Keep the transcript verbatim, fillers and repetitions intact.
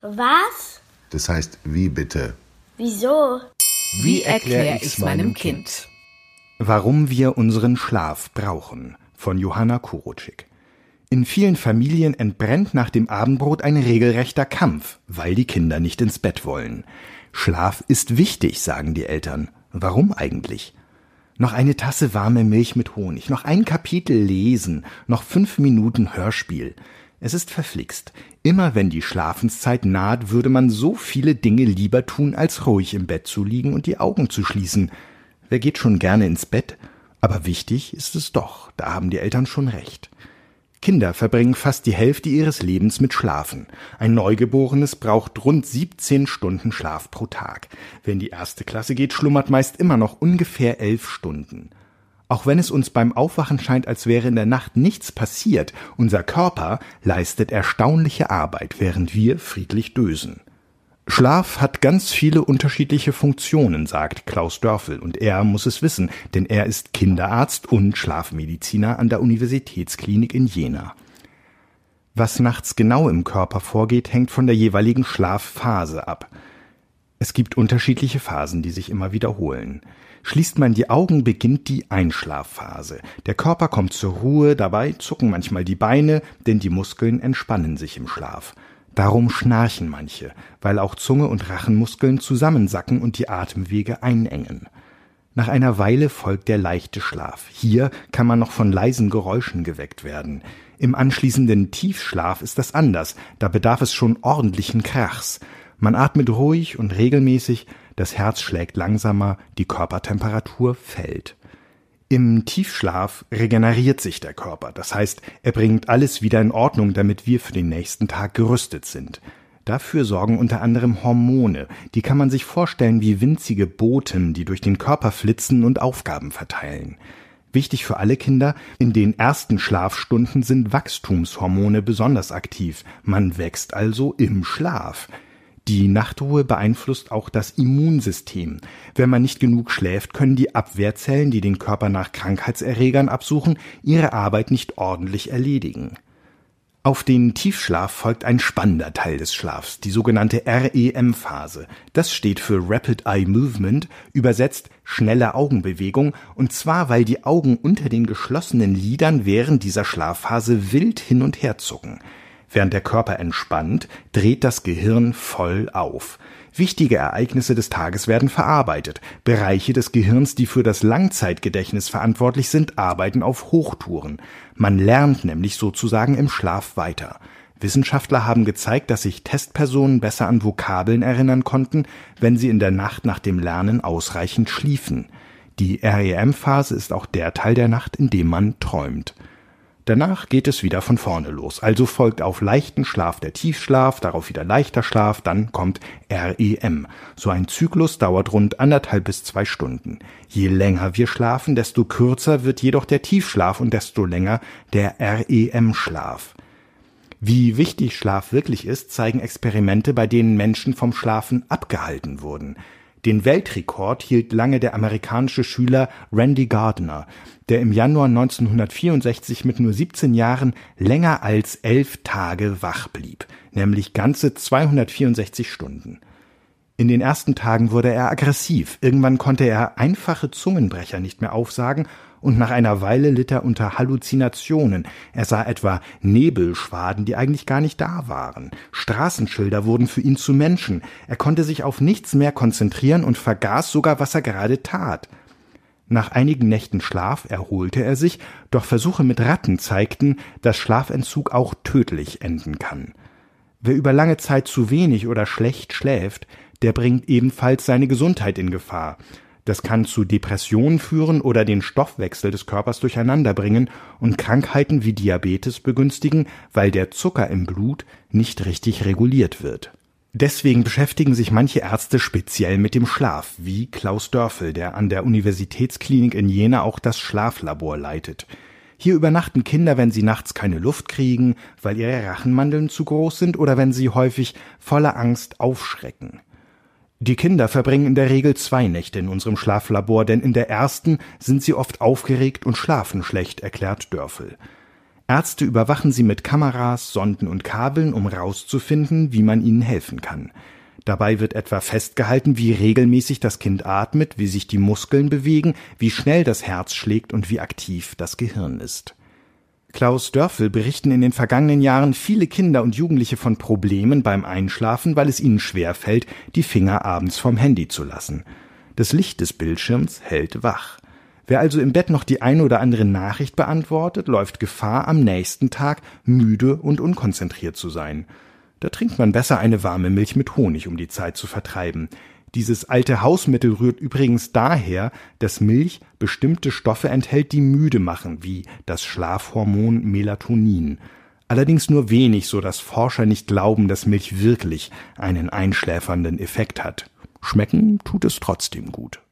Was? Das heißt, wie bitte? Wieso? Wie erkläre ich's meinem Kind? Warum wir unseren Schlaf brauchen, von Johanna Kurocik. In vielen Familien entbrennt nach dem Abendbrot ein regelrechter Kampf, weil die Kinder nicht ins Bett wollen. Schlaf ist wichtig, sagen die Eltern. Warum eigentlich? Noch eine Tasse warme Milch mit Honig, noch ein Kapitel lesen, noch fünf Minuten Hörspiel. Es ist verflixt. Immer wenn die Schlafenszeit naht, würde man so viele Dinge lieber tun, als ruhig im Bett zu liegen und die Augen zu schließen. Wer geht schon gerne ins Bett? Aber wichtig ist es doch, da haben die Eltern schon recht. Kinder verbringen fast die Hälfte ihres Lebens mit Schlafen. Ein Neugeborenes braucht rund siebzehn Stunden Schlaf pro Tag. Wer in die erste Klasse geht, schlummert meist immer noch ungefähr elf Stunden. Auch wenn es uns beim Aufwachen scheint, als wäre in der Nacht nichts passiert, unser Körper leistet erstaunliche Arbeit, während wir friedlich dösen. Schlaf hat ganz viele unterschiedliche Funktionen, sagt Klaus Dörfel, und er muss es wissen, denn er ist Kinderarzt und Schlafmediziner an der Universitätsklinik in Jena. Was nachts genau im Körper vorgeht, hängt von der jeweiligen Schlafphase ab. Es gibt unterschiedliche Phasen, die sich immer wiederholen. Schließt man die Augen, beginnt die Einschlafphase. Der Körper kommt zur Ruhe, dabei zucken manchmal die Beine, denn die Muskeln entspannen sich im Schlaf. Darum schnarchen manche, weil auch Zunge und Rachenmuskeln zusammensacken und die Atemwege einengen. Nach einer Weile folgt der leichte Schlaf. Hier kann man noch von leisen Geräuschen geweckt werden. Im anschließenden Tiefschlaf ist das anders, da bedarf es schon ordentlichen Krachs. Man atmet ruhig und regelmäßig, das Herz schlägt langsamer, die Körpertemperatur fällt. Im Tiefschlaf regeneriert sich der Körper, das heißt, er bringt alles wieder in Ordnung, damit wir für den nächsten Tag gerüstet sind. Dafür sorgen unter anderem Hormone, die kann man sich vorstellen wie winzige Boten, die durch den Körper flitzen und Aufgaben verteilen. Wichtig für alle Kinder, in den ersten Schlafstunden sind Wachstumshormone besonders aktiv, man wächst also im Schlaf. Die Nachtruhe beeinflusst auch das Immunsystem. Wenn man nicht genug schläft, können die Abwehrzellen, die den Körper nach Krankheitserregern absuchen, ihre Arbeit nicht ordentlich erledigen. Auf den Tiefschlaf folgt ein spannender Teil des Schlafs, die sogenannte R E M-Phase. Das steht für Rapid Eye Movement, übersetzt schnelle Augenbewegung, und zwar, weil die Augen unter den geschlossenen Lidern während dieser Schlafphase wild hin und her zucken. Während der Körper entspannt, dreht das Gehirn voll auf. Wichtige Ereignisse des Tages werden verarbeitet. Bereiche des Gehirns, die für das Langzeitgedächtnis verantwortlich sind, arbeiten auf Hochtouren. Man lernt nämlich sozusagen im Schlaf weiter. Wissenschaftler haben gezeigt, dass sich Testpersonen besser an Vokabeln erinnern konnten, wenn sie in der Nacht nach dem Lernen ausreichend schliefen. Die R E M-Phase ist auch der Teil der Nacht, in dem man träumt. Danach geht es wieder von vorne los, also folgt auf leichten Schlaf der Tiefschlaf, darauf wieder leichter Schlaf, dann kommt R E M. So ein Zyklus dauert rund anderthalb bis zwei Stunden. Je länger wir schlafen, desto kürzer wird jedoch der Tiefschlaf und desto länger der R E M-Schlaf. Wie wichtig Schlaf wirklich ist, zeigen Experimente, bei denen Menschen vom Schlafen abgehalten wurden. Den Weltrekord hielt lange der amerikanische Schüler Randy Gardner, der im Januar neunzehnhundertvierundsechzig mit nur siebzehn Jahren länger als elf Tage wach blieb, nämlich ganze zweihundertvierundsechzig Stunden. In den ersten Tagen wurde er aggressiv, irgendwann konnte er einfache Zungenbrecher nicht mehr aufsagen und nach einer Weile litt er unter Halluzinationen. Er sah etwa Nebelschwaden, die eigentlich gar nicht da waren. Straßenschilder wurden für ihn zu Menschen. Er konnte sich auf nichts mehr konzentrieren und vergaß sogar, was er gerade tat. Nach einigen Nächten Schlaf erholte er sich, doch Versuche mit Ratten zeigten, dass Schlafentzug auch tödlich enden kann. Wer über lange Zeit zu wenig oder schlecht schläft, der bringt ebenfalls seine Gesundheit in Gefahr. Das kann zu Depressionen führen oder den Stoffwechsel des Körpers durcheinander bringen und Krankheiten wie Diabetes begünstigen, weil der Zucker im Blut nicht richtig reguliert wird. Deswegen beschäftigen sich manche Ärzte speziell mit dem Schlaf, wie Klaus Dörfel, der an der Universitätsklinik in Jena auch das Schlaflabor leitet. Hier übernachten Kinder, wenn sie nachts keine Luft kriegen, weil ihre Rachenmandeln zu groß sind oder wenn sie häufig voller Angst aufschrecken. Die Kinder verbringen in der Regel zwei Nächte in unserem Schlaflabor, denn in der ersten sind sie oft aufgeregt und schlafen schlecht, erklärt Dörfel. Ärzte überwachen sie mit Kameras, Sonden und Kabeln, um herauszufinden, wie man ihnen helfen kann. Dabei wird etwa festgehalten, wie regelmäßig das Kind atmet, wie sich die Muskeln bewegen, wie schnell das Herz schlägt und wie aktiv das Gehirn ist. Klaus Dörfel berichten in den vergangenen Jahren viele Kinder und Jugendliche von Problemen beim Einschlafen, weil es ihnen schwerfällt, die Finger abends vom Handy zu lassen. Das Licht des Bildschirms hält wach. Wer also im Bett noch die eine oder andere Nachricht beantwortet, läuft Gefahr, am nächsten Tag müde und unkonzentriert zu sein. Da trinkt man besser eine warme Milch mit Honig, um die Zeit zu vertreiben. Dieses alte Hausmittel rührt übrigens daher, dass Milch bestimmte Stoffe enthält, die müde machen, wie das Schlafhormon Melatonin. Allerdings nur wenig, so dass Forscher nicht glauben, dass Milch wirklich einen einschläfernden Effekt hat. Schmecken tut es trotzdem gut.